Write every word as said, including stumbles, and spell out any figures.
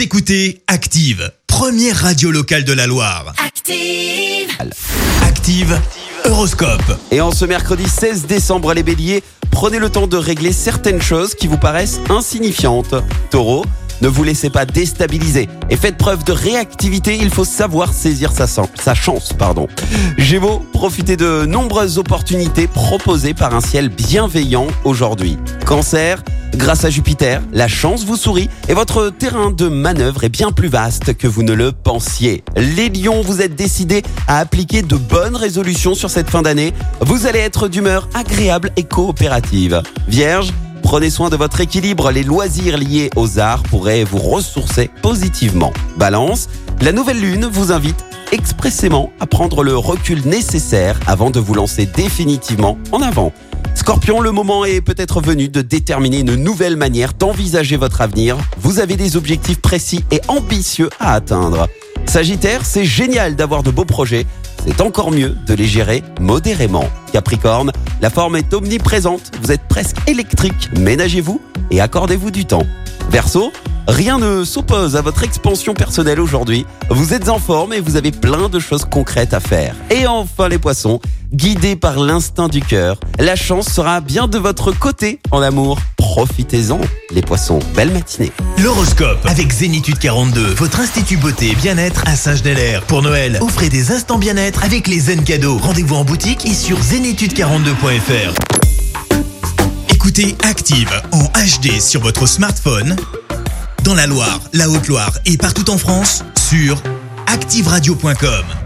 Vous écoutez Active, première radio locale de la Loire. Active. Active Horoscope. Et en ce mercredi seize décembre, les béliers, prenez le temps de régler certaines choses qui vous paraissent insignifiantes. Taureau, ne vous laissez pas déstabiliser et faites preuve de réactivité, il faut savoir saisir sa, sa chance. Pardon. Gémeaux, profitez de nombreuses opportunités proposées par un ciel bienveillant aujourd'hui. Cancer, grâce à Jupiter, la chance vous sourit et votre terrain de manœuvre est bien plus vaste que vous ne le pensiez. Les lions, vous êtes décidés à appliquer de bonnes résolutions sur cette fin d'année. Vous allez être d'humeur agréable et coopérative. Vierge, prenez soin de votre équilibre, les loisirs liés aux arts pourraient vous ressourcer positivement. Balance, la nouvelle lune vous invite expressément à prendre le recul nécessaire avant de vous lancer définitivement en avant. Scorpion, le moment est peut-être venu de déterminer une nouvelle manière d'envisager votre avenir. Vous avez des objectifs précis et ambitieux à atteindre. Sagittaire, c'est génial d'avoir de beaux projets. C'est encore mieux de les gérer modérément. Capricorne, la forme est omniprésente. Vous êtes presque électrique. Ménagez-vous et accordez-vous du temps. Verseau, rien ne s'oppose à votre expansion personnelle aujourd'hui. Vous êtes en forme et vous avez plein de choses concrètes à faire. Et enfin les poissons, guidés par l'instinct du cœur, la chance sera bien de votre côté en amour. Profitez-en les poissons. Belle matinée. L'horoscope avec Zénitude quarante-deux, votre institut beauté et bien-être à Saint-Genélaire. Pour Noël, offrez des instants bien-être avec les zen cadeaux. Rendez-vous en boutique et sur zénitude quarante-deux point f r. Écoutez Active en H D sur votre smartphone, dans la Loire, la Haute-Loire et partout en France, sur active radio point com.